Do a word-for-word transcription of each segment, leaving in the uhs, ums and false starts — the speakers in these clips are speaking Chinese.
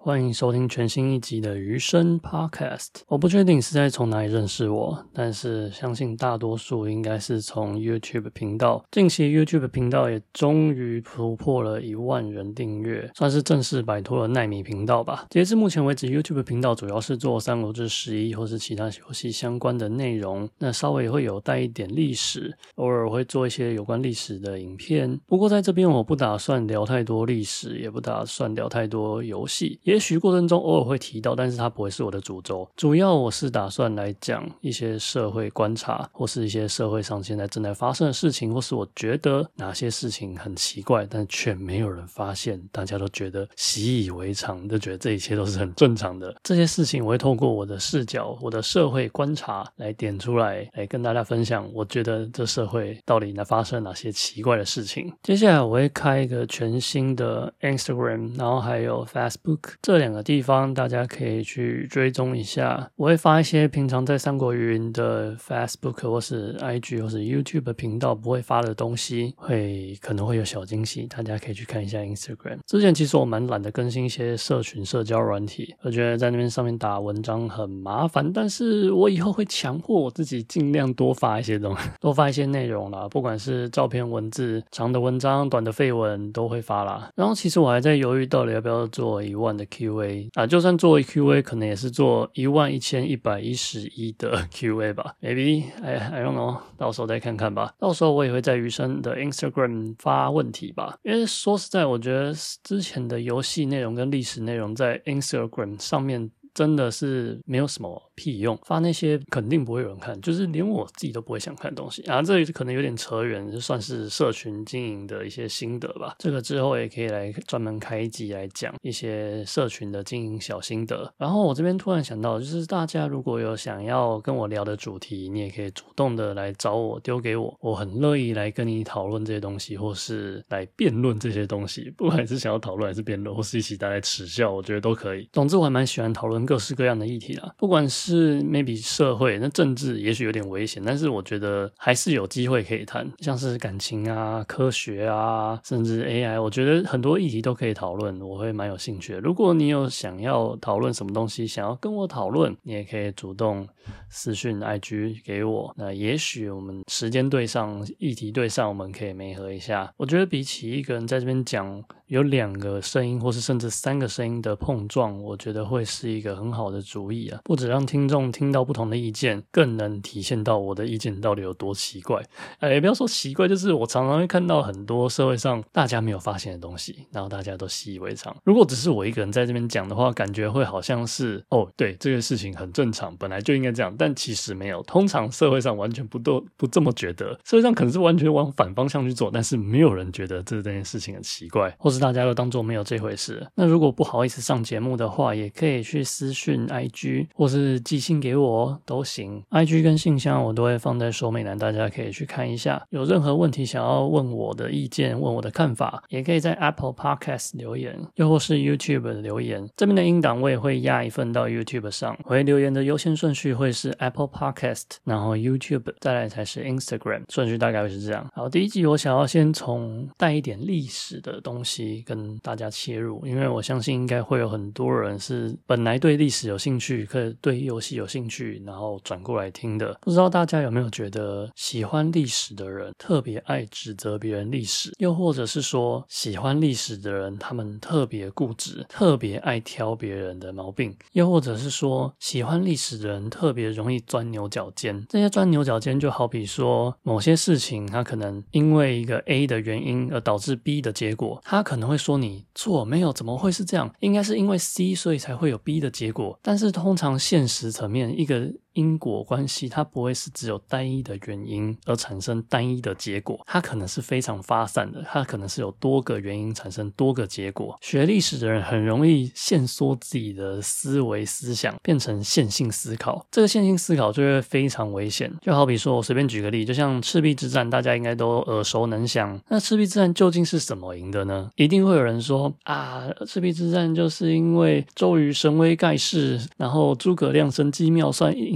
欢迎收听全新一集的余生 Podcast。 我不确定是在从哪里认识我，但是相信大多数应该是从 YouTube 频道。近期 YouTube 频道也终于突破了一万人订阅，算是正式摆脱了奈米频道吧。截至目前为止， YouTube 频道主要是做三国志十一或是其他游戏相关的内容，那稍微会有带一点历史，偶尔会做一些有关历史的影片。不过在这边我不打算聊太多历史，也不打算聊太多游戏，也许过程中偶尔会提到，但是它不会是我的主轴。主要我是打算来讲一些社会观察，或是一些社会上现在正在发生的事情，或是我觉得哪些事情很奇怪但却没有人发现，大家都觉得习以为常，就觉得这一切都是很正常的。这些事情我会透过我的视角，我的社会观察来点出来，来跟大家分享我觉得这社会到底发生哪些奇怪的事情。接下来我会开一个全新的 Instagram， 然后还有 Facebook， 这两个地方大家可以去追踪一下。我会发一些平常在三国语音的 Facebook 或是 I G 或是 YouTube 频道不会发的东西，会可能会有小惊喜，大家可以去看一下 Instagram。 之前其实我蛮懒得更新一些社群社交软体，我觉得在那边上面打文章很麻烦，但是我以后会强迫我自己尽量多发一些东西，多发一些内容啦，不管是照片、文字、长的文章、短的废文都会发啦。然后其实我还在犹豫到底要不要做一万的 Q A 啊，就算做 Q A 可能也是做一万一千一百一十一的 Q A 吧 ，maybe I I don't know， 到时候再看看吧。到时候我也会在余生的 Instagram 发问题吧，因为说实在，我觉得之前的游戏内容跟历史内容在 Instagram 上面真的是没有什么屁用，发那些肯定不会有人看，就是连我自己都不会想看的东西啊。这可能有点扯远，就算是社群经营的一些心得吧。这个之后也可以来专门开一集来讲一些社群的经营小心得。然后我这边突然想到，就是大家如果有想要跟我聊的主题，你也可以主动的来找我，丢给我，我很乐意来跟你讨论这些东西，或是来辩论这些东西。不管是想要讨论还是辩论，或是一起大家耻笑，我觉得都可以。总之我还蛮喜欢讨论各式各样的议题啦，不管是 maybe 社会，那政治也许有点危险，但是我觉得还是有机会可以谈，像是感情啊、科学啊，甚至 A I， 我觉得很多议题都可以讨论，我会蛮有兴趣的。如果你有想要讨论什么东西，想要跟我讨论，你也可以主动私讯 I G 给我，那也许我们时间对上，议题对上，我们可以媒合一下。我觉得比起一个人在这边讲，有两个声音或是甚至三个声音的碰撞，我觉得会是一个很好的主意啊，不只让听众听到不同的意见，更能体现到我的意见到底有多奇怪。呃，也不要说奇怪，就是我常常会看到很多社会上大家没有发现的东西，然后大家都习以为常。如果只是我一个人在这边讲的话，感觉会好像是哦，对，这个事情很正常，本来就应该这样，但其实没有。通常社会上完全不都不这么觉得，社会上可能是完全往反方向去做，但是没有人觉得这件事情很奇怪，或是大家都当作没有这回事。那如果不好意思上节目的话，也可以去私讯 I G 或是寄信给我都行。 I G 跟信箱我都会放在说明栏，大家可以去看一下。有任何问题想要问我的意见，问我的看法，也可以在 Apple Podcast 留言，又或是 YouTube 的留言。这边的音档我也会压一份到 YouTube 上，我会留言的优先顺序会是 Apple Podcast， 然后 YouTube， 再来才是 Instagram， 顺序大概会是这样。好，第一集我想要先从带一点历史的东西跟大家切入，因为我相信应该会有很多人是本来对历史有兴趣，可以对游戏有兴趣，然后转过来听的。不知道大家有没有觉得喜欢历史的人特别爱指责别人历史，又或者是说喜欢历史的人他们特别固执，特别爱挑别人的毛病，又或者是说喜欢历史的人特别容易钻牛角尖。这些钻牛角尖就好比说某些事情它可能因为一个 A 的原因而导致 B 的结果，他可能会说你错，没有，怎么会是这样，应该是因为 C 所以才会有 B 的结果。但是通常现实层面一个因果关系它不会是只有单一的原因而产生单一的结果，它可能是非常发散的，它可能是有多个原因产生多个结果。学历史的人很容易限缩自己的思维思想，变成线性思考，这个线性思考就会非常危险。就好比说我随便举个例，就像赤壁之战大家应该都耳熟能详，那赤壁之战究竟是什么赢的呢？一定会有人说啊，赤壁之战就是因为周瑜神威盖世，然后诸葛亮神机妙算赢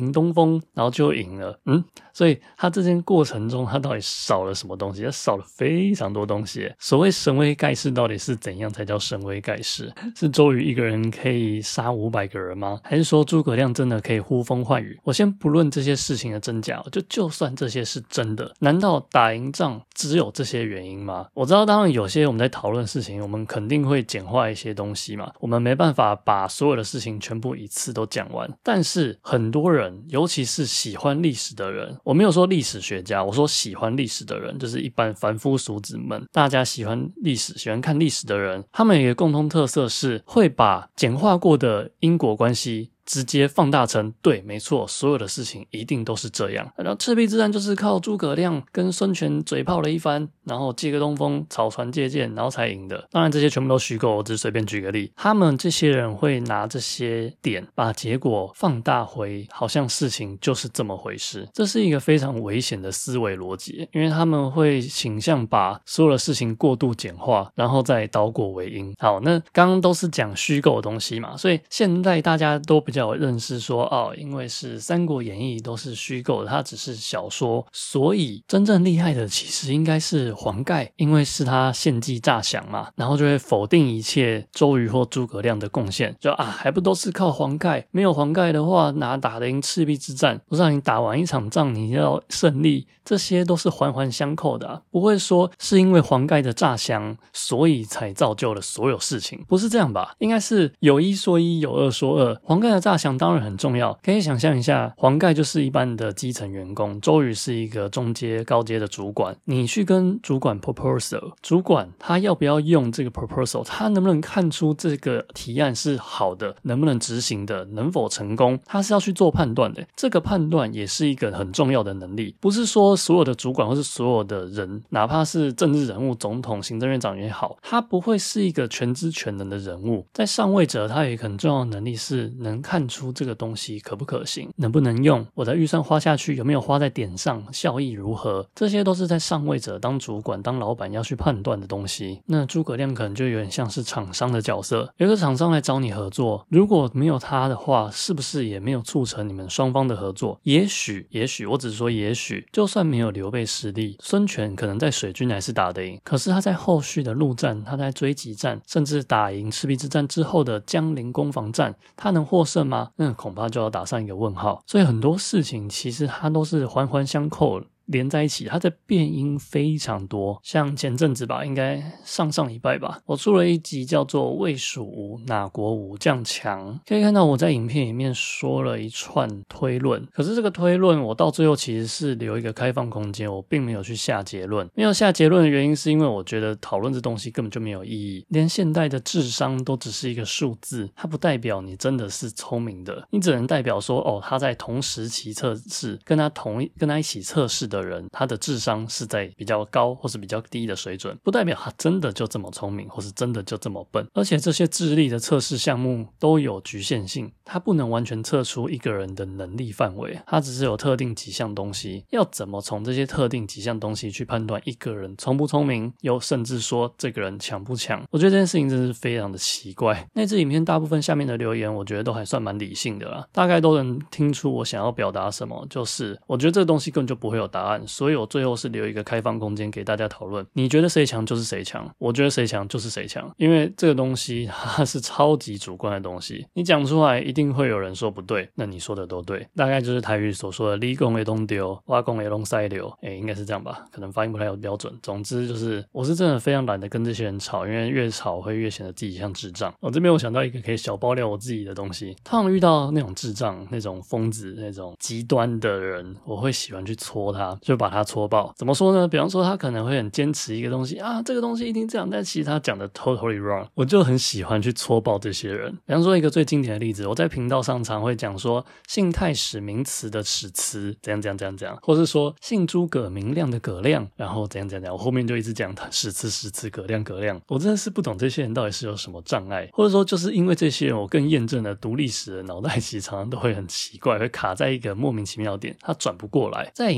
迎东风，然后就赢了。嗯，所以他这件过程中他到底少了什么东西？他少了非常多东西。所谓神威盖世到底是怎样才叫神威盖世？是周瑜一个人可以杀五百个人吗？还是说诸葛亮真的可以呼风唤雨？我先不论这些事情的真假，就就算这些是真的，难道打赢仗只有这些原因吗？我知道当然有些我们在讨论事情，我们肯定会简化一些东西嘛，我们没办法把所有的事情全部一次都讲完，但是很多人，尤其是喜欢历史的人，我没有说历史学家，我说喜欢历史的人，就是一般凡夫俗子们，大家喜欢历史喜欢看历史的人，他们有一个共同特色是会把简化过的因果关系直接放大成对，没错，所有的事情一定都是这样。然后赤壁之战就是靠诸葛亮跟孙权嘴炮了一番，然后借个东风，草船借箭，然后才赢的。当然这些全部都虚构，我只是随便举个例。他们这些人会拿这些点把结果放大回好像事情就是这么回事，这是一个非常危险的思维逻辑，因为他们会倾向把所有的事情过度简化，然后再倒果为因。好，那刚刚都是讲虚构的东西嘛，所以现在大家都比较有认识说，哦，因为是《三国演义》都是虚构的，它只是小说，所以真正厉害的其实应该是黄盖，因为是他献计诈降嘛，然后就会否定一切周瑜或诸葛亮的贡献，就啊，还不都是靠黄盖？没有黄盖的话，哪打得赢赤壁之战？不是让你打完一场仗你要胜利，这些都是环环相扣的啊，不会说是因为黄盖的诈降，所以才造就了所有事情，不是这样吧？应该是有一说一，有二说二。黄盖的诈降当然很重要，可以想象一下，黄盖就是一般的基层员工，周瑜是一个中阶高阶的主管，你去跟主管 proposal， 主管他要不要用这个 proposal， 他能不能看出这个提案是好的，能不能执行的，能否成功，他是要去做判断的。这个判断也是一个很重要的能力，不是说所有的主管或是所有的人，哪怕是政治人物、总统、行政院长也好，他不会是一个全知全能的人物。在上位者，他有一个很重要的能力是能看出这个东西可不可行，能不能用，我的预算花下去有没有花在点上，效益如何，这些都是在上位者当主管当老板要去判断的东西。那诸葛亮可能就有点像是厂商的角色，有个厂商来找你合作，如果没有他的话，是不是也没有促成你们双方的合作？也许也许我只是说也许，就算没有刘备实力，孙权可能在水军还是打得赢，可是他在后续的陆战，他在追击战，甚至打赢赤壁之战之后的江陵攻防战，他能获胜吗？那恐怕就要打上一个问号。所以很多事情其实它都是环环相扣连在一起，它的变因非常多。像前阵子吧，应该上上礼拜吧，我出了一集叫做魏蜀吴哪国武将强，可以看到我在影片里面说了一串推论，可是这个推论我到最后其实是留一个开放空间，我并没有去下结论。没有下结论的原因是因为我觉得讨论这东西根本就没有意义，连现代的智商都只是一个数字，它不代表你真的是聪明的，你只能代表说，哦，他在同时期测试跟他同跟他一起测试的的人，他的智商是在比较高或是比较低的水准，不代表他真的就这么聪明，或是真的就这么笨。而且这些智力的测试项目都有局限性，它不能完全测出一个人的能力范围，它只是有特定几项东西。要怎么从这些特定几项东西去判断一个人聪不聪明，又甚至说这个人强不强？我觉得这件事情真是非常的奇怪。那支影片大部分下面的留言，我觉得都还算蛮理性的啦，大概都能听出我想要表达什么，就是我觉得这个东西根本就不会有答案。所以我最后是留一个开放空间给大家讨论，你觉得谁强就是谁强，我觉得谁强就是谁强，因为这个东西它是超级主观的东西，你讲出来一定会有人说不对，那你说的都对，大概就是台语所说的你讲的都对，我讲的都塞流，诶，应该是这样吧，可能发音不太有标准。总之就是我是真的非常懒得跟这些人吵，因为越吵会越显得自己像智障。我这边我想到一个可以小爆料我自己的东西，通常遇到那种智障、那种疯子、那种极端的人，我会喜欢去戳他，就把他戳爆。怎么说呢？比方说他可能会很坚持一个东西啊，这个东西一定这样，但其实他讲的 totally wrong， 我就很喜欢去戳爆这些人。比方说一个最经典的例子，我在频道上常会讲说姓太史名词的史词怎样怎样怎样怎样，或是说姓诸葛明亮的葛亮，然后怎样怎样怎样，我后面就一直讲史词史词葛亮葛亮。我真的是不懂这些人到底是有什么障碍，或者说就是因为这些人，我更验证了读历史的脑袋其实常常都会很奇怪，会卡在一个莫名其妙的点，他转不过来。在影片中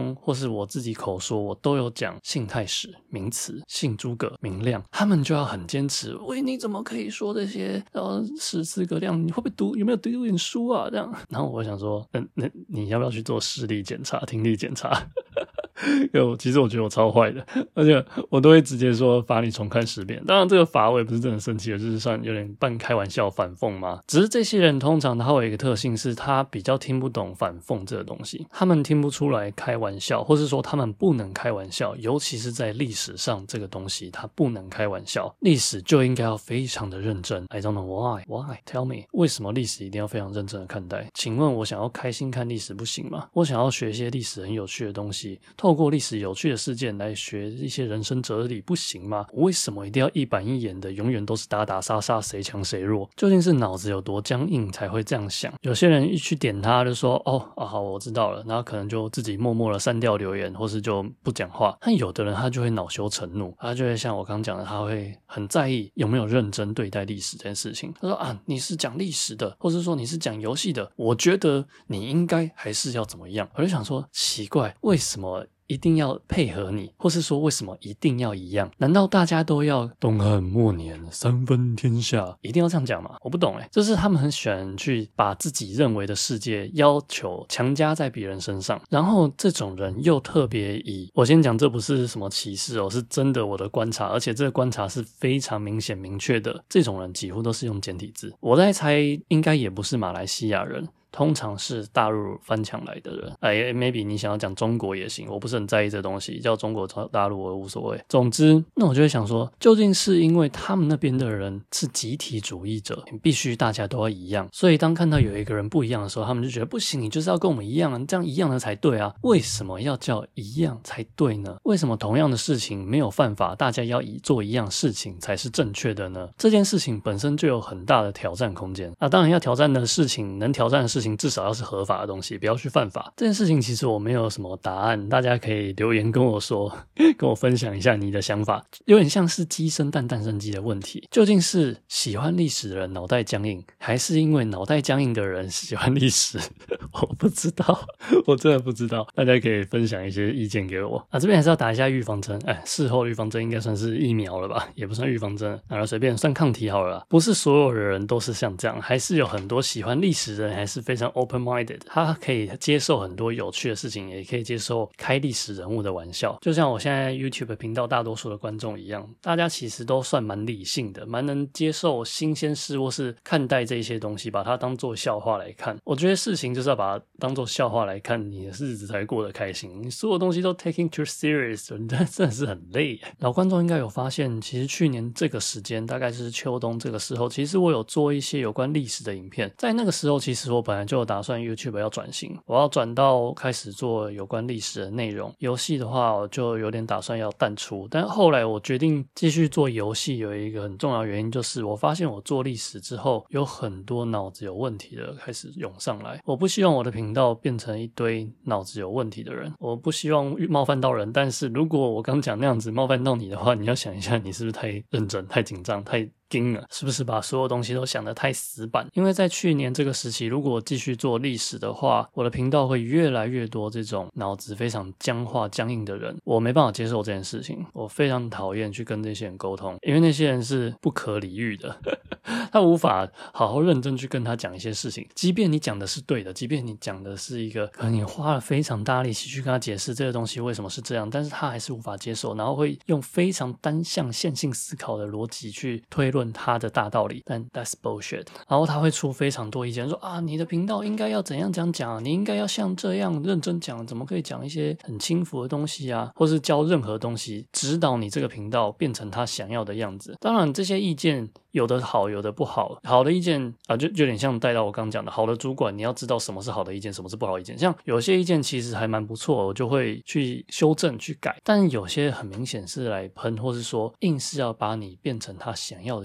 中或是我自己口说，我都有讲姓太史、名词、姓诸葛、名亮，他们就要很坚持，喂，你怎么可以说这些呃史词格亮？你会不会读？有没有读一点书啊？这样，然后我想说，嗯，那你要不要去做视力检查、听力检查？有，其实我觉得我超坏的，而且我都会直接说罚你重看十遍。当然这个罚我也不是真的生气了，就是算有点半开玩笑反讽嘛。只是这些人通常他会有一个特性，是他比较听不懂反讽这个东西，他们听不出来开玩笑，或是说他们不能开玩笑，尤其是在历史上这个东西他不能开玩笑，历史就应该要非常的认真。 I don't know why why tell me 为什么历史一定要非常认真的看待？请问我想要开心看历史不行吗？我想要学一些历史很有趣的东西，透过历史有趣的事件来学一些人生哲理不行吗？为什么一定要一板一眼的永远都是打打杀杀谁强谁弱？究竟是脑子有多僵硬才会这样想？有些人一去点他就说哦啊好我知道了，然后可能就自己默默的删掉留言，或是就不讲话。但有的人他就会恼羞成怒，他就会像我刚讲的，他会很在意有没有认真对待历史这件事情。他说啊你是讲历史的，或是说你是讲游戏的，我觉得你应该还是要怎么样。我就想说奇怪，为什么一定要配合你，或是说为什么一定要一样？难道大家都要东汉末年三分天下，一定要这样讲吗？我不懂诶，就是他们很喜欢去把自己认为的世界要求强加在别人身上，然后这种人又特别以，我先讲这不是什么歧视哦，是真的我的观察，而且这个观察是非常明显明确的，这种人几乎都是用简体字。我在猜应该也不是马来西亚人，通常是大陆翻墙来的人，哎 ，maybe 你想要讲中国也行，我不是很在意这东西，叫中国大陆我无所谓。总之，那我就会想说，究竟是因为他们那边的人是集体主义者，必须大家都要一样，所以当看到有一个人不一样的时候，他们就觉得不行，你就是要跟我们一样啊，这样一样的才对啊。为什么要叫一样才对呢？为什么同样的事情没有犯法，大家要做一样事情才是正确的呢？这件事情本身就有很大的挑战空间啊。当然要挑战的事情，能挑战的事情至少要是合法的东西，不要去犯法。这件事情其实我没有什么答案，大家可以留言跟我说，跟我分享一下你的想法。有点像是鸡生蛋蛋生鸡的问题，究竟是喜欢历史的人脑袋僵硬，还是因为脑袋僵硬的人喜欢历史？我不知道，我真的不知道，大家可以分享一些意见给我啊。这边还是要打一下预防针，哎，事后预防针应该算是疫苗了吧，也不算预防针，然后随便算抗体好了啦。不是所有的人都是像这样，还是有很多喜欢历史的人还是非常 open-minded， 他可以接受很多有趣的事情，也可以接受开历史人物的玩笑。就像我现在 YouTube 频道大多数的观众一样，大家其实都算蛮理性的，蛮能接受新鲜事或是看待这些东西，把它当做笑话来看。我觉得事情就是要把它当做笑话来看，你的日子才会过得开心。你所有东西都 taking too serious， 你真的是很累。老观众应该有发现，其实去年这个时间，大概是秋冬这个时候，其实我有做一些有关历史的影片。在那个时候，其实我本来就有打算 YouTube 要转型，我要转到开始做有关历史的内容。游戏的话，我就有点打算要淡出，但后来我决定继续做游戏，有一个很重要的原因，就是我发现我做历史之后，有很多脑子有问题的开始涌上来。我不希望我的频道变成一堆脑子有问题的人，我不希望冒犯到人，但是如果我刚讲那样子冒犯到你的话，你要想一下，你是不是太认真、太紧张、太盯了，是不是把所有东西都想得太死板？因为在去年这个时期，如果我继续做历史的话，我的频道会越来越多这种脑子非常僵化僵硬的人，我没办法接受这件事情，我非常讨厌去跟这些人沟通，因为那些人是不可理喻的他无法好好认真去跟他讲一些事情，即便你讲的是对的，即便你讲的是一个可能你花了非常大力气去跟他解释这个东西为什么是这样，但是他还是无法接受，然后会用非常单向线性思考的逻辑去推论他的大道理，但 that's bullshit。 然后他会出非常多意见，说啊你的频道应该要怎样怎样讲，你应该要像这样认真讲，怎么可以讲一些很轻浮的东西啊，或是教任何东西指导你这个频道变成他想要的样子。当然这些意见有的好有的不好，好的意见啊，就有点像带到我刚讲的，好的主管你要知道什么是好的意见，什么是不好的意见。像有些意见其实还蛮不错，我就会去修正去改，但有些很明显是来喷，或是说硬是要把你变成他想要的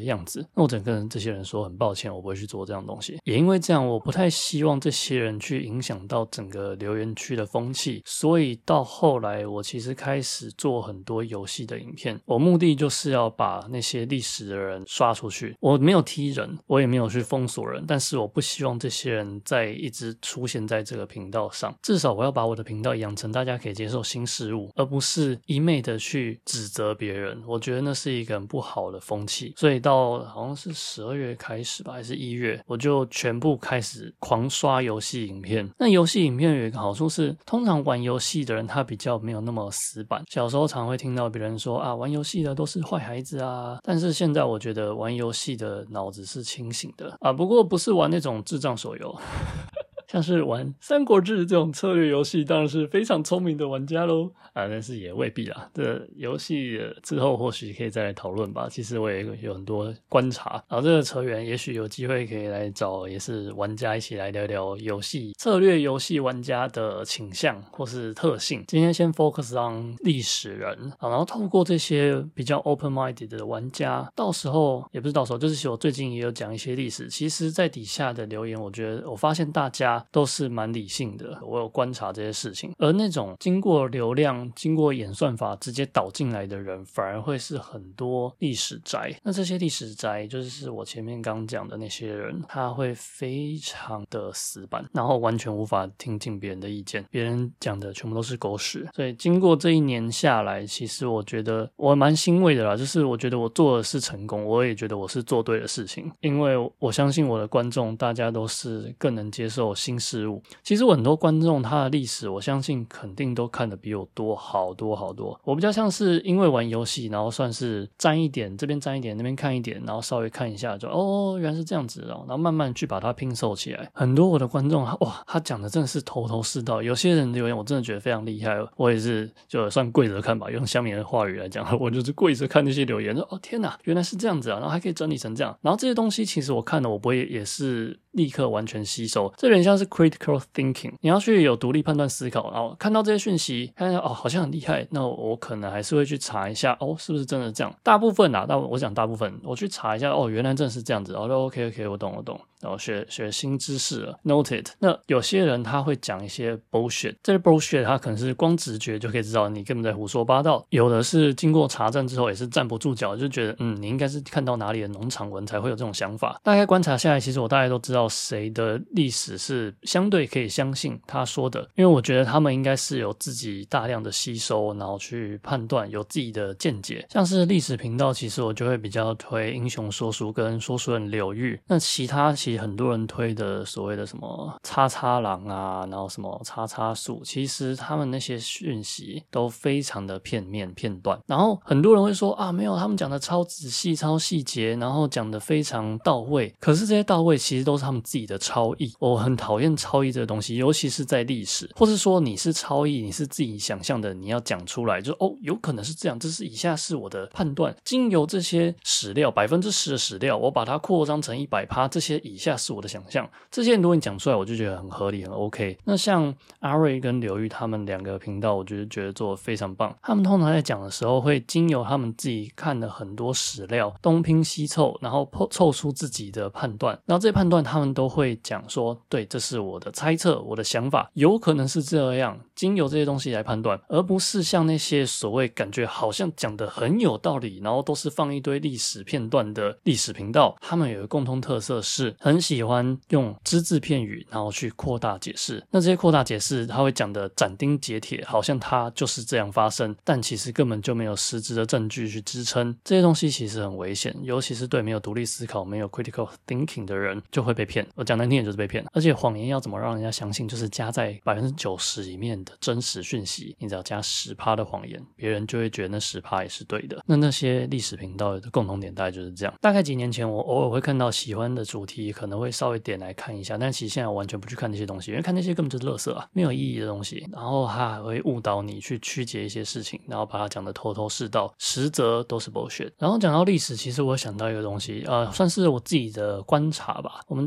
样子，那我只能跟这些人说很抱歉，我不会去做这样的东西。也因为这样，我不太希望这些人去影响到整个留言区的风气，所以到后来我其实开始做很多游戏的影片，我目的就是要把那些历史的人刷出去。我没有踢人，我也没有去封锁人，但是我不希望这些人再一直出现在这个频道上，至少我要把我的频道养成大家可以接受新事物，而不是一昧的去指责别人。我觉得那是一个很不好的风气，所以到好像是十二月开始吧，还是一月，我就全部开始狂刷游戏影片。那游戏影片有一个好处是，通常玩游戏的人他比较没有那么死板，小时候常会听到别人说啊，玩游戏的都是坏孩子啊，但是现在我觉得玩游戏的脑子是清醒的啊，不过不是玩那种智障手游像是玩三国志这种策略游戏当然是非常聪明的玩家咯啊，但是也未必啦，这游戏之后或许可以再来讨论吧。其实我也有很多观察，然后这个扯远，也许有机会可以来找也是玩家一起来聊聊游戏策略游戏玩家的倾向或是特性。今天先 focus on 历史人，然后透过这些比较 open minded 的玩家，到时候也不是到时候，就是我最近也有讲一些历史，其实在底下的留言，我觉得我发现大家都是蛮理性的，我有观察这些事情，而那种经过流量经过演算法直接导进来的人，反而会是很多历史宅。那这些历史宅就是我前面刚讲的那些人，他会非常的死板，然后完全无法听进别人的意见，别人讲的全部都是狗屎。所以经过这一年下来，其实我觉得我蛮欣慰的啦，就是我觉得我做的是成功，我也觉得我是做对的事情，因为我相信我的观众大家都是更能接受新事物。其实我很多观众他的历史我相信肯定都看得比我多好多好多，我比较像是因为玩游戏然后算是沾一点，这边沾一点那边看一点，然后稍微看一下就哦原来是这样子哦，然后慢慢去把它拼凑起来。很多我的观众哇他讲的真的是头头是道，有些人留言我真的觉得非常厉害，我也是就算跪着看吧，用乡民的话语来讲，我就是跪着看那些留言说哦天哪原来是这样子啊，然后还可以整理成这样，然后这些东西其实我看了我不会也是立刻完全吸收，这有点像是 critical thinking， 你要去有独立判断思考，然后看到这些讯息看到哦好像很厉害，那我可能还是会去查一下哦是不是真的这样，大部分啦，但我讲大部分我去查一下哦原来真的是这样子，哦 OK OK 我懂我懂，然后学学新知识了 noted。 那有些人他会讲一些 bullshit， 这些 bullshit 他可能是光直觉就可以知道你根本在胡说八道，有的是经过查证之后也是站不住脚，就觉得嗯你应该是看到哪里的农场文才会有这种想法。大概观察下来，其实我大概都知道谁的历史是相对可以相信他说的，因为我觉得他们应该是有自己大量的吸收，然后去判断，有自己的见解。像是历史频道其实我就会比较推英雄说书跟说书人柳玉，那其他其实很多人推的所谓的什么叉叉郎啊，然后什么叉叉树，其实他们那些讯息都非常的片面片段，然后很多人会说啊没有，他们讲的超仔细超细节，然后讲的非常到位，可是这些到位其实都是他们自己的超意。我很讨厌超意这个东西，尤其是在历史，或是说你是超意，你是自己想象的，你要讲出来就哦有可能是这样，这是以下是我的判断，经由这些史料 百分之十 的史料我把它扩张成 百分之百， 这些以下是我的想象，这些如果你讲出来我就觉得很合理很 OK。 那像阿瑞跟刘玉他们两个频道我觉得觉得做得非常棒，他们通常在讲的时候会经由他们自己看了很多史料东拼西凑，然后凑出自己的判断，然后这些判断他们都会讲说对这是我的猜测我的想法，有可能是这样，经由这些东西来判断，而不是像那些所谓感觉好像讲得很有道理然后都是放一堆历史片段的历史频道，他们有一个共同特色是很喜欢用只字片语然后去扩大解释，那这些扩大解释他会讲的斩钉截铁，好像它就是这样发生，但其实根本就没有实质的证据去支撑，这些东西其实很危险，尤其是对没有独立思考没有 critical thinking 的人就会被骗，我讲难听点就是被骗。而且谎言要怎么让人家相信，就是加在 百分之九十 里面的真实讯息，你只要加 百分之十 的谎言，别人就会觉得那 百分之十 也是对的。那那些历史频道的共同点大概就是这样。大概几年前我偶尔会看到喜欢的主题可能会稍微点来看一下，但其实现在我完全不去看那些东西，因为看那些根本就是垃圾啊，没有意义的东西，然后它还会误导你去曲解一些事情，然后把它讲得头头是道，实则都是 bullshit。 然后讲到历史，其实我想到一个东西呃，算是我自己的观察吧，我们就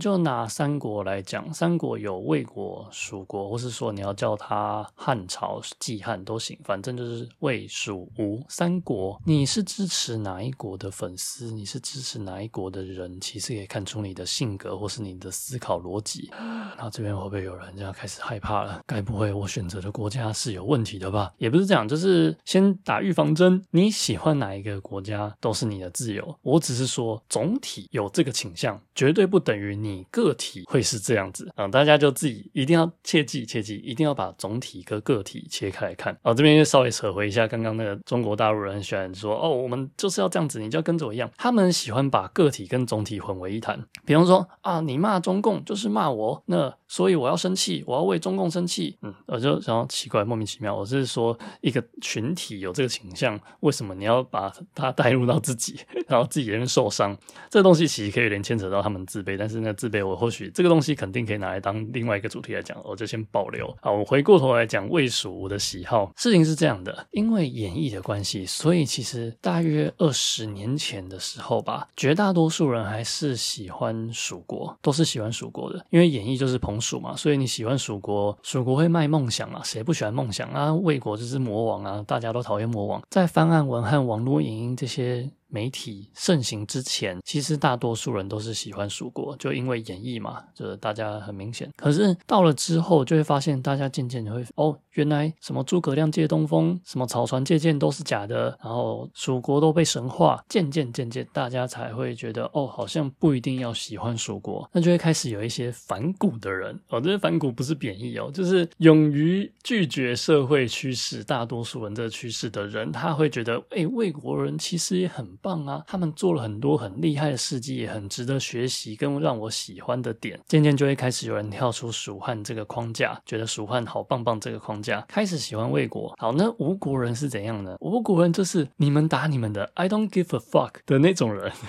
就拿三国来讲，三国有魏国、蜀国，或是说你要叫它汉朝、季汉都行，反正就是魏、蜀、吴三国。你是支持哪一国的粉丝，你是支持哪一国的人，其实可以看出你的性格或是你的思考逻辑。那这边会不会有人这样开始害怕了？该不会我选择的国家是有问题的吧？也不是这样，就是先打预防针，你喜欢哪一个国家都是你的自由，我只是说总体有这个倾向，绝对不等于你个体会是这样子啊、嗯！大家就自己一定要切记切记，一定要把总体跟个体切开来看。啊、哦，这边就稍微扯回一下刚刚那个中国大陆人很喜欢说哦，我们就是要这样子，你就要跟着我一样。他们喜欢把个体跟总体混为一谈，比方说啊，你骂中共就是骂我，那所以我要生气，我要为中共生气。嗯，我就想要奇怪，莫名其妙。我是说一个群体有这个倾向，为什么你要把它带入到自己，然后自己人受伤？这个东西其实可以有点牵扯到他们自卑，但是那自卑我或许这个东西肯定可以拿来当另外一个主题来讲，我就先保留。好，我回过头来讲魏蜀吴的喜好。事情是这样的，因为演义的关系，所以其实大约二十年前的时候吧，绝大多数人还是喜欢蜀国，都是喜欢蜀国的，因为演义就是捧蜀嘛，所以你喜欢蜀国，蜀国会卖梦想嘛，谁不喜欢梦想啊？魏国就是魔王啊，大家都讨厌魔王。在翻案文和网络影音这些媒体盛行之前，其实大多数人都是喜欢蜀国，就因为演义嘛，就是大家很明显。可是到了之后就会发现，大家渐渐就会哦，原来什么诸葛亮借东风，什么草船借箭都是假的，然后蜀国都被神化，渐渐渐渐大家才会觉得哦，好像不一定要喜欢蜀国，那就会开始有一些反骨的人哦，这些反骨不是贬义哦，就是勇于拒绝社会趋势，大多数人这个趋势的人，他会觉得诶，魏国人其实也很棒啊，他们做了很多很厉害的事迹，也很值得学习跟让我喜欢的点，渐渐就会开始有人跳出蜀汉这个框架，觉得蜀汉好棒棒这个框架，开始喜欢魏国。好，那吴国人是怎样呢？吴国人就是你们打你们的 I don't give a fuck 的那种人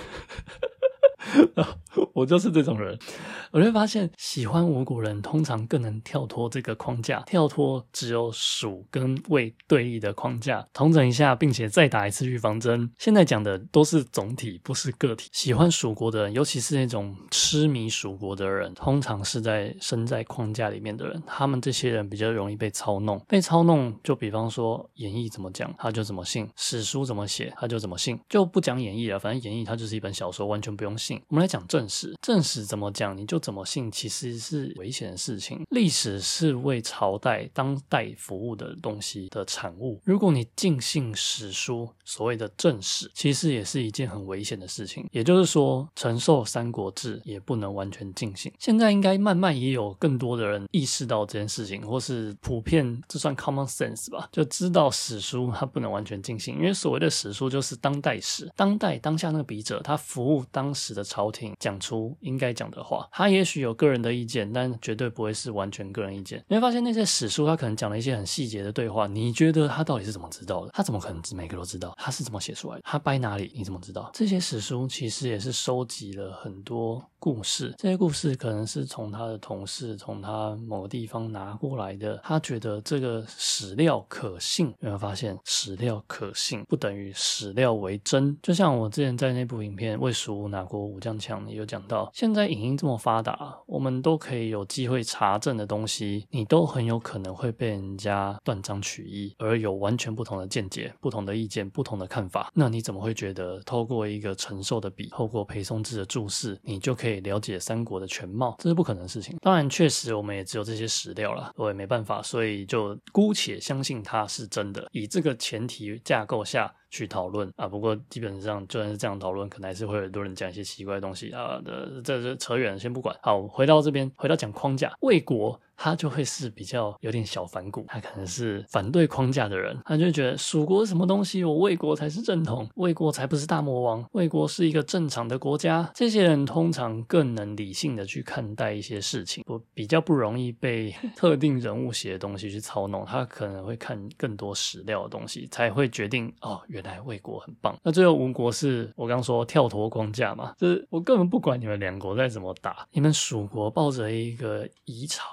我就是这种人。我会发现喜欢吴国人通常更能跳脱这个框架，跳脱只有蜀跟魏对立的框架，统整一下并且再打一次预防针。现在讲的都是总体，不是个体。喜欢蜀国的人，尤其是那种痴迷蜀国的人，通常是在身在框架里面的人，他们这些人比较容易被操弄。被操弄就比方说演义怎么讲他就怎么信，史书怎么写他就怎么信，就不讲演义了，反正演义它就是一本小说，完全不用信。我们来讲正史，正史怎么讲你就怎么信，其实是危险的事情。历史是为朝代当代服务的东西的产物，如果你尽信史书，所谓的正史，其实也是一件很危险的事情。也就是说承受三国志也不能完全尽信。现在应该慢慢也有更多的人意识到这件事情，或是普遍这算 common sense 吧，就知道史书它不能完全尽信。因为所谓的史书就是当代史，当代当下那个笔者他服务当时的朝廷，讲出应该讲的话，他也许有个人的意见，但绝对不会是完全个人意见。你会发现那些史书他可能讲了一些很细节的对话，你觉得他到底是怎么知道的？他怎么可能每个都知道？他是怎么写出来的？他掰哪里？你怎么知道？这些史书其实也是收集了很多故事，这些故事可能是从他的同事从他某个地方拿过来的，他觉得这个史料可信。有没有发现史料可信不等于史料为真？就像我之前在那部影片魏蜀吴哪国武将强也有讲到，现在影音这么发达，我们都可以有机会查证的东西，你都很有可能会被人家断章取义，而有完全不同的见解、不同的意见、不同的看法。那你怎么会觉得透过一个陈寿的笔，透过裴松之的注释，你就可以了解三国的全貌？这是不可能的事情。当然确实我们也只有这些史料啦，我也没办法，所以就姑且相信它是真的，以这个前提架构下去讨论啊。不过基本上就算是这样讨论，可能还是会有很多人讲一些奇怪的东西啊，这这这扯远了，先不管。好，回到这边，回到讲框架，魏国他就会是比较有点小反骨，他可能是反对框架的人，他就会觉得蜀国是什么东西，我魏国才是正统，魏国才不是大魔王，魏国是一个正常的国家。这些人通常更能理性的去看待一些事情，我比较不容易被特定人物写的东西去操弄，他可能会看更多史料的东西，才会决定哦，原来魏国很棒。那最后吴国是我刚说跳脱框架嘛，就是我根本不管你们两国再怎么打，你们蜀国抱着一个夷朝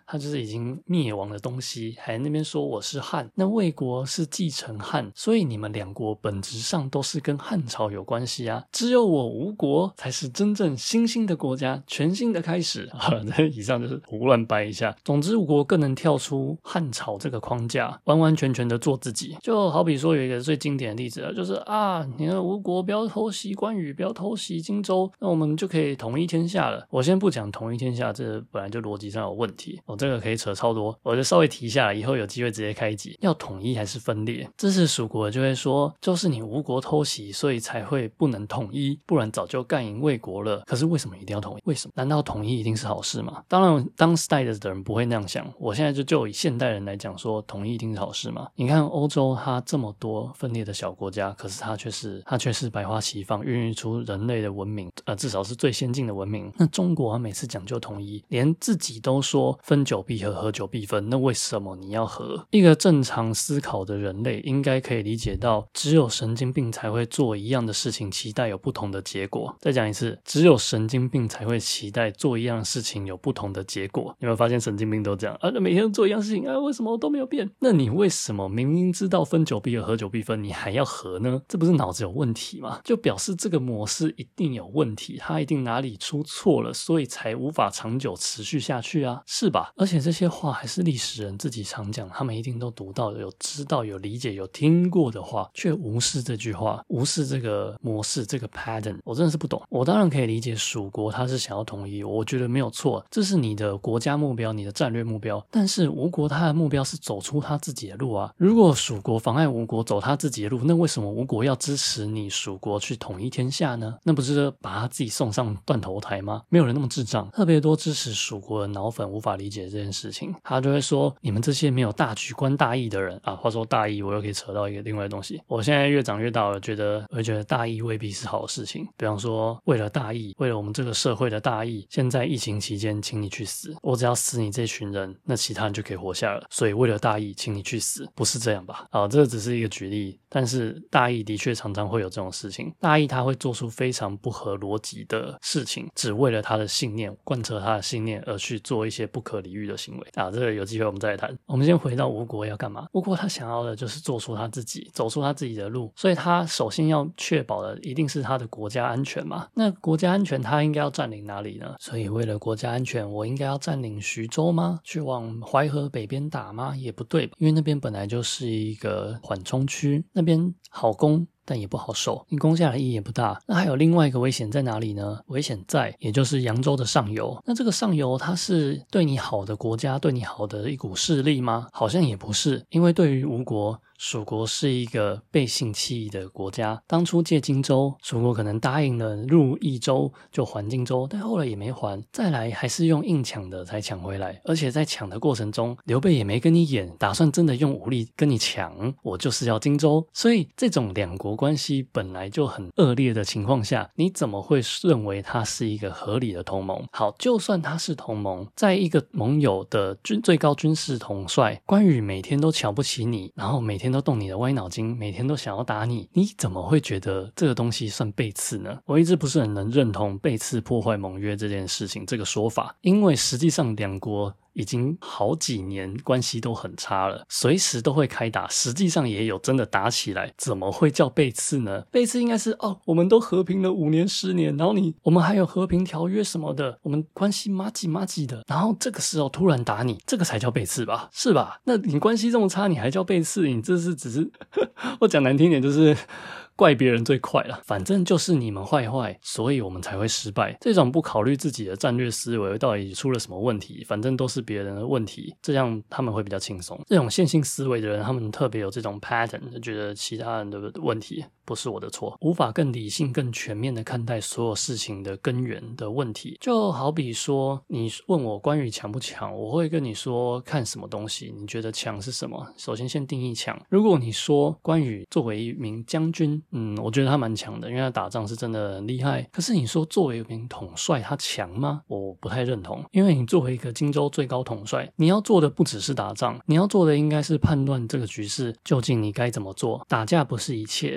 他就是已经灭亡的东西，还那边说我是汉，那魏国是继承汉，所以你们两国本质上都是跟汉朝有关系啊，只有我吴国才是真正新兴的国家，全新的开始。好了，这以上就是胡乱掰一下。总之吴国更能跳出汉朝这个框架，完完全全的做自己。就好比说有一个最经典的例子啊，就是啊，你看吴国不要偷袭关羽，不要偷袭荆州，那我们就可以统一天下了。我先不讲统一天下，这本来就逻辑上有问题，我、哦、这个可以扯超多，我就稍微提一下来，以后有机会直接开一集。要统一还是分裂？支持蜀国就会说，就是你吴国偷袭，所以才会不能统一，不然早就干赢魏国了。可是为什么一定要统一？为什么？难道统一一定是好事吗？当然，当时代的人不会那样想。我现在就就以现代人来讲说，统一一定是好事吗？你看欧洲，它这么多分裂的小国家，可是它却是它却是百花齐放，孕育出人类的文明，呃，至少是最先进的文明。那中国它每次讲究统一，连自己都说分久必合，合久必分，那为什么你要合？一个正常思考的人类应该可以理解到，只有神经病才会做一样的事情，期待有不同的结果。再讲一次，只有神经病才会期待做一样的事情有不同的结果。有没有发现神经病都这样啊？每天做一样事情啊，为什么都没有变？那你为什么明明知道分久必合，合久必分，你还要合呢？这不是脑子有问题吗？就表示这个模式一定有问题，它一定哪里出错了，所以才无法长久持续下去啊，是吧？而且这些话还是历史人自己常讲，他们一定都读到、有知道、有理解、有听过的话，却无视这句话，无视这个模式、这个 pattern， 我真的是不懂。我当然可以理解蜀国他是想要统一，我觉得没有错，这是你的国家目标、你的战略目标。但是吴国他的目标是走出他自己的路啊。如果蜀国妨碍吴国走他自己的路，那为什么吴国要支持你蜀国去统一天下呢？那不是把他自己送上断头台吗？没有人那么智障。特别多支持蜀国的脑粉无法理解这件事情，他就会说你们这些没有大局观大义的人啊。话说大义，我又可以扯到一个另外的东西。我现在越长越大了，觉得我会觉得大义未必是好的事情。比方说，为了大义，为了我们这个社会的大义，现在疫情期间，请你去死。我只要死你这群人，那其他人就可以活下了。所以为了大义，请你去死，不是这样吧？啊，这只是一个举例，但是大义的确常常会有这种事情。大义他会做出非常不合逻辑的事情，只为了他的信念，贯彻他的信念而去做一些不可理喻的行为啊。这个有机会我们再来谈。我们先回到吴国要干嘛？吴国他想要的就是做出他自己，走出他自己的路，所以他首先要确保的一定是他的国家安全嘛。那国家安全他应该要占领哪里呢？所以为了国家安全，我应该要占领徐州吗？去往淮河北边打吗？也不对，因为那边本来就是一个缓冲区，那边好攻但也不好守，你攻下来意义也不大。那还有另外一个危险在哪里呢？危险在也就是扬州的上游。那这个上游它是对你好的国家，对你好的一股势力吗？好像也不是，因为对于吴国，蜀国是一个背信弃义的国家。当初借荆州，蜀国可能答应了入益州就还荆州，但后来也没还，再来还是用硬抢的才抢回来。而且在抢的过程中，刘备也没跟你演，打算真的用武力跟你抢，我就是要荆州。所以这种两国关系本来就很恶劣的情况下，你怎么会认为它是一个合理的同盟？好，就算它是同盟，在一个盟友的军最高军事统帅关羽每天都瞧不起你，然后每天都动你的歪脑筋，每天都想要打你，你怎么会觉得这个东西算背刺呢？我一直不是很能认同背刺破坏盟约这件事情这个说法，因为实际上两国已经好几年关系都很差了，随时都会开打，实际上也有真的打起来，怎么会叫背刺呢？背刺应该是哦，我们都和平了五年十年，然后你我们还有和平条约什么的，我们关系麻吉麻吉的，然后这个时候突然打你，这个才叫背刺吧？是吧？那你关系这么差，你还叫背刺？你这是只是我讲难听点就是怪别人最快啦，反正就是你们坏坏，所以我们才会失败。这种不考虑自己的战略思维到底出了什么问题，反正都是别人的问题，这样他们会比较轻松。这种线性思维的人，他们特别有这种 pattern， 就觉得其他人的问题不是我的错，无法更理性更全面的看待所有事情的根源的问题。就好比说你问我关于强不强，我会跟你说看什么东西，你觉得强是什么？首先先定义强。如果你说关羽作为一名将军，嗯，我觉得他蛮强的，因为他打仗是真的很厉害。可是你说作为一名统帅他强吗？我不太认同，因为你作为一个荆州最高统帅，你要做的不只是打仗，你要做的应该是判断这个局势究竟你该怎么做。打架不是一切哦，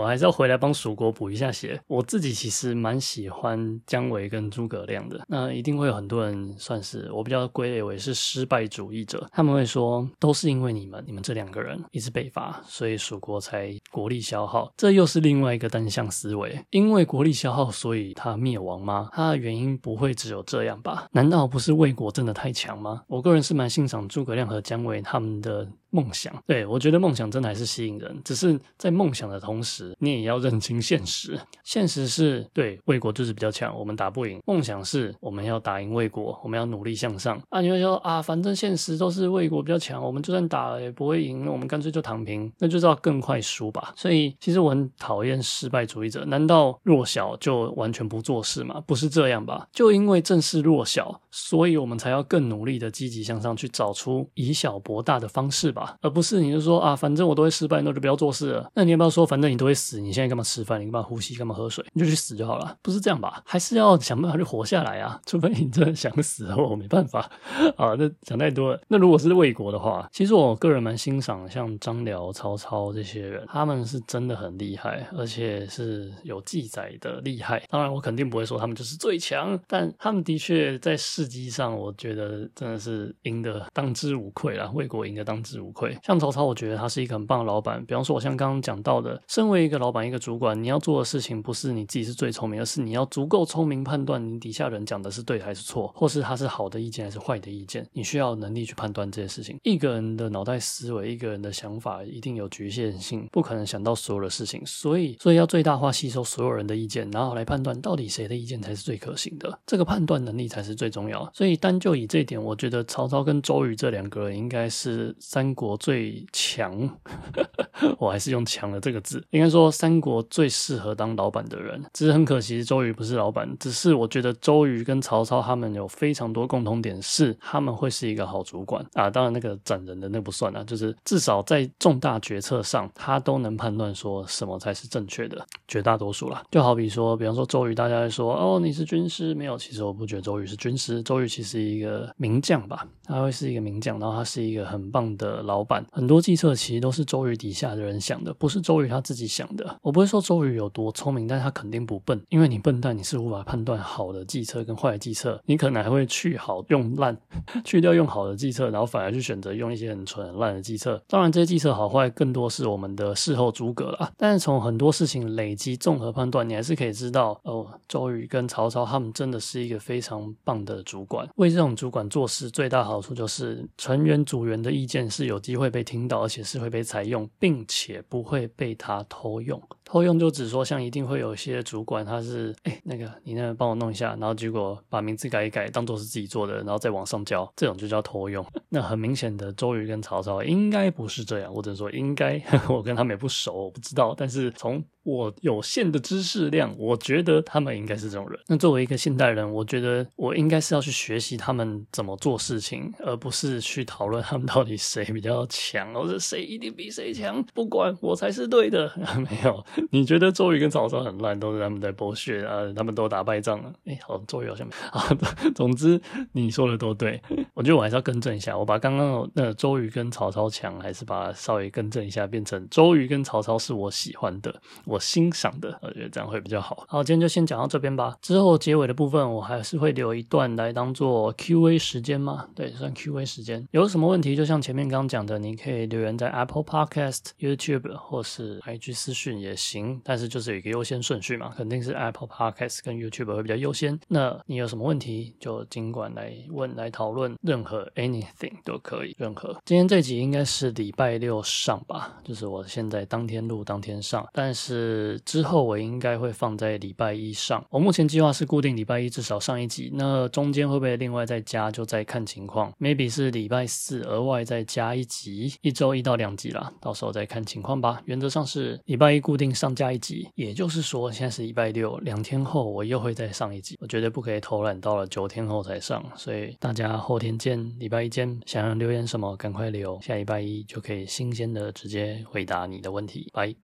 还是要回来帮蜀国补一下血。我自己其实蛮喜欢姜维跟诸葛亮的，那一定会有很多人算是我比较归类为是失败主义者，他们会说都是因为你们你们这两个人一直北伐，所以蜀国才国力消耗，这又是另外一个单向思维。因为国力消耗所以他灭亡吗？他的原因不会只有这样吧？难道不是魏国真的太强吗？我个人是蛮欣赏诸葛亮和姜维他们的梦想，对，我觉得梦想真的还是吸引人，只是在梦想的同时你也要认清现实。现实是对魏国就是比较强，我们打不赢，梦想是我们要打赢魏国，我们要努力向上啊。你会说啊，反正现实都是魏国比较强，我们就算打了也不会赢，我们干脆就躺平，那就是要更快输吧。所以其实我很讨厌失败主义者，难道弱小就完全不做事吗？不是这样吧，就因为正是弱小，所以我们才要更努力的积极向上，去找出以小博大的方式吧，而不是你就说啊，反正我都会失败，那就不要做事了。那你要不要说，反正你都会死，你现在干嘛吃饭？你干嘛呼吸？干嘛喝水？你就去死就好了，不是这样吧？还是要想办法去活下来啊！除非你真的想死了，我没办法啊。那想太多了。那如果是魏国的话，其实我个人蛮欣赏像张辽、曹操这些人，他们是真的很厉害，而且是有记载的厉害。当然，我肯定不会说他们就是最强，但他们的确在事迹上，我觉得真的是赢得当之无愧啦。魏国赢得当之无愧。像曹操，我觉得他是一个很棒的老板。比方说，我像刚刚讲到的，身为一个老板、一个主管，你要做的事情不是你自己是最聪明，而是你要足够聪明判断你底下人讲的是对还是错，或是他是好的意见还是坏的意见。你需要能力去判断这些事情。一个人的脑袋思维，一个人的想法一定有局限性，不可能想到所有的事情，所以所以要最大化吸收所有人的意见，然后来判断到底谁的意见才是最可行的。这个判断能力才是最重要。所以单就以这一点，我觉得曹操跟周瑜这两个人应该是三国最强我还是用强了这个字，应该说三国最适合当老板的人。只是很可惜周瑜不是老板，只是我觉得周瑜跟曹操他们有非常多共同点，是他们会是一个好主管啊。当然那个斩人的那不算啊，就是至少在重大决策上他都能判断说什么才是正确的，绝大多数啦。就好比说比方说周瑜，大家会说哦你是军师，没有，其实我不觉得周瑜是军师，周瑜其实是一个名将吧，他会是一个名将，然后他是一个很棒的老板。很多计策其实都是周瑜底下的人想的，不是周瑜他自己想的。我不会说周瑜有多聪明，但是他肯定不笨，因为你笨蛋你是无法判断好的计策跟坏的计策，你可能还会去好用烂去掉用好的计策，然后反而去选择用一些很蠢很烂的计策。当然这些计策好坏更多是我们的事后诸葛啦，但是从很多事情累积综合判断，你还是可以知道哦，周瑜跟曹操他们真的是一个非常棒的主管。为这种主管做事最大好处就是成员组员的意见是有机会被听到，而且是会被采用，并且不会被他偷用。偷用就只说像一定会有一些主管他是哎那个你那个帮我弄一下，然后结果把名字改一改当做是自己做的，然后再往上交，这种就叫偷用。那很明显的周瑜跟曹操应该不是这样，我只能说应该我跟他们也不熟，我不知道，但是从我有限的知识量，我觉得他们应该是这种人。那作为一个现代人，我觉得我应该是要去学习他们怎么做事情，而不是去讨论他们到底谁比较强，或者谁一定比谁强，不管我才是对的没有，你觉得周瑜跟曹操很烂，都是他们在剥削啊，他们都打败仗了。哎，好，周瑜好像没啊。总之你说的都对，我觉得我还是要更正一下，我把刚刚那个周瑜跟曹操强，还是把它稍微更正一下，变成周瑜跟曹操是我喜欢的，我欣赏的，我觉得这样会比较好。好，今天就先讲到这边吧。之后结尾的部分，我还是会留一段来当做 Q A 时间嘛，对，算 Q A 时间。有什么问题，就像前面刚刚讲的，你可以留言在 Apple Podcast、YouTube 或是 I G 私讯也行，但是就是有一个优先顺序嘛，肯定是 Apple Podcast 跟 YouTube 会比较优先。那你有什么问题，就尽管来问来讨论，任何 anything 都可以，任何。今天这集应该是礼拜六上吧，就是我现在当天录当天上，但是之后我应该会放在礼拜一上。我目前计划是固定礼拜一至少上一集，那中间会不会另外再加就再看情况， maybe 是礼拜四额外再加一集，一周一到两集啦，到时候再看情况吧。原则上是礼拜一固定上架一集，也就是说现在是礼拜六，两天后我又会再上一集，我绝对不可以偷懒到了九天后才上，所以大家后天见，礼拜一见。想要留言什么赶快留，下礼拜一就可以新鲜的直接回答你的问题。拜。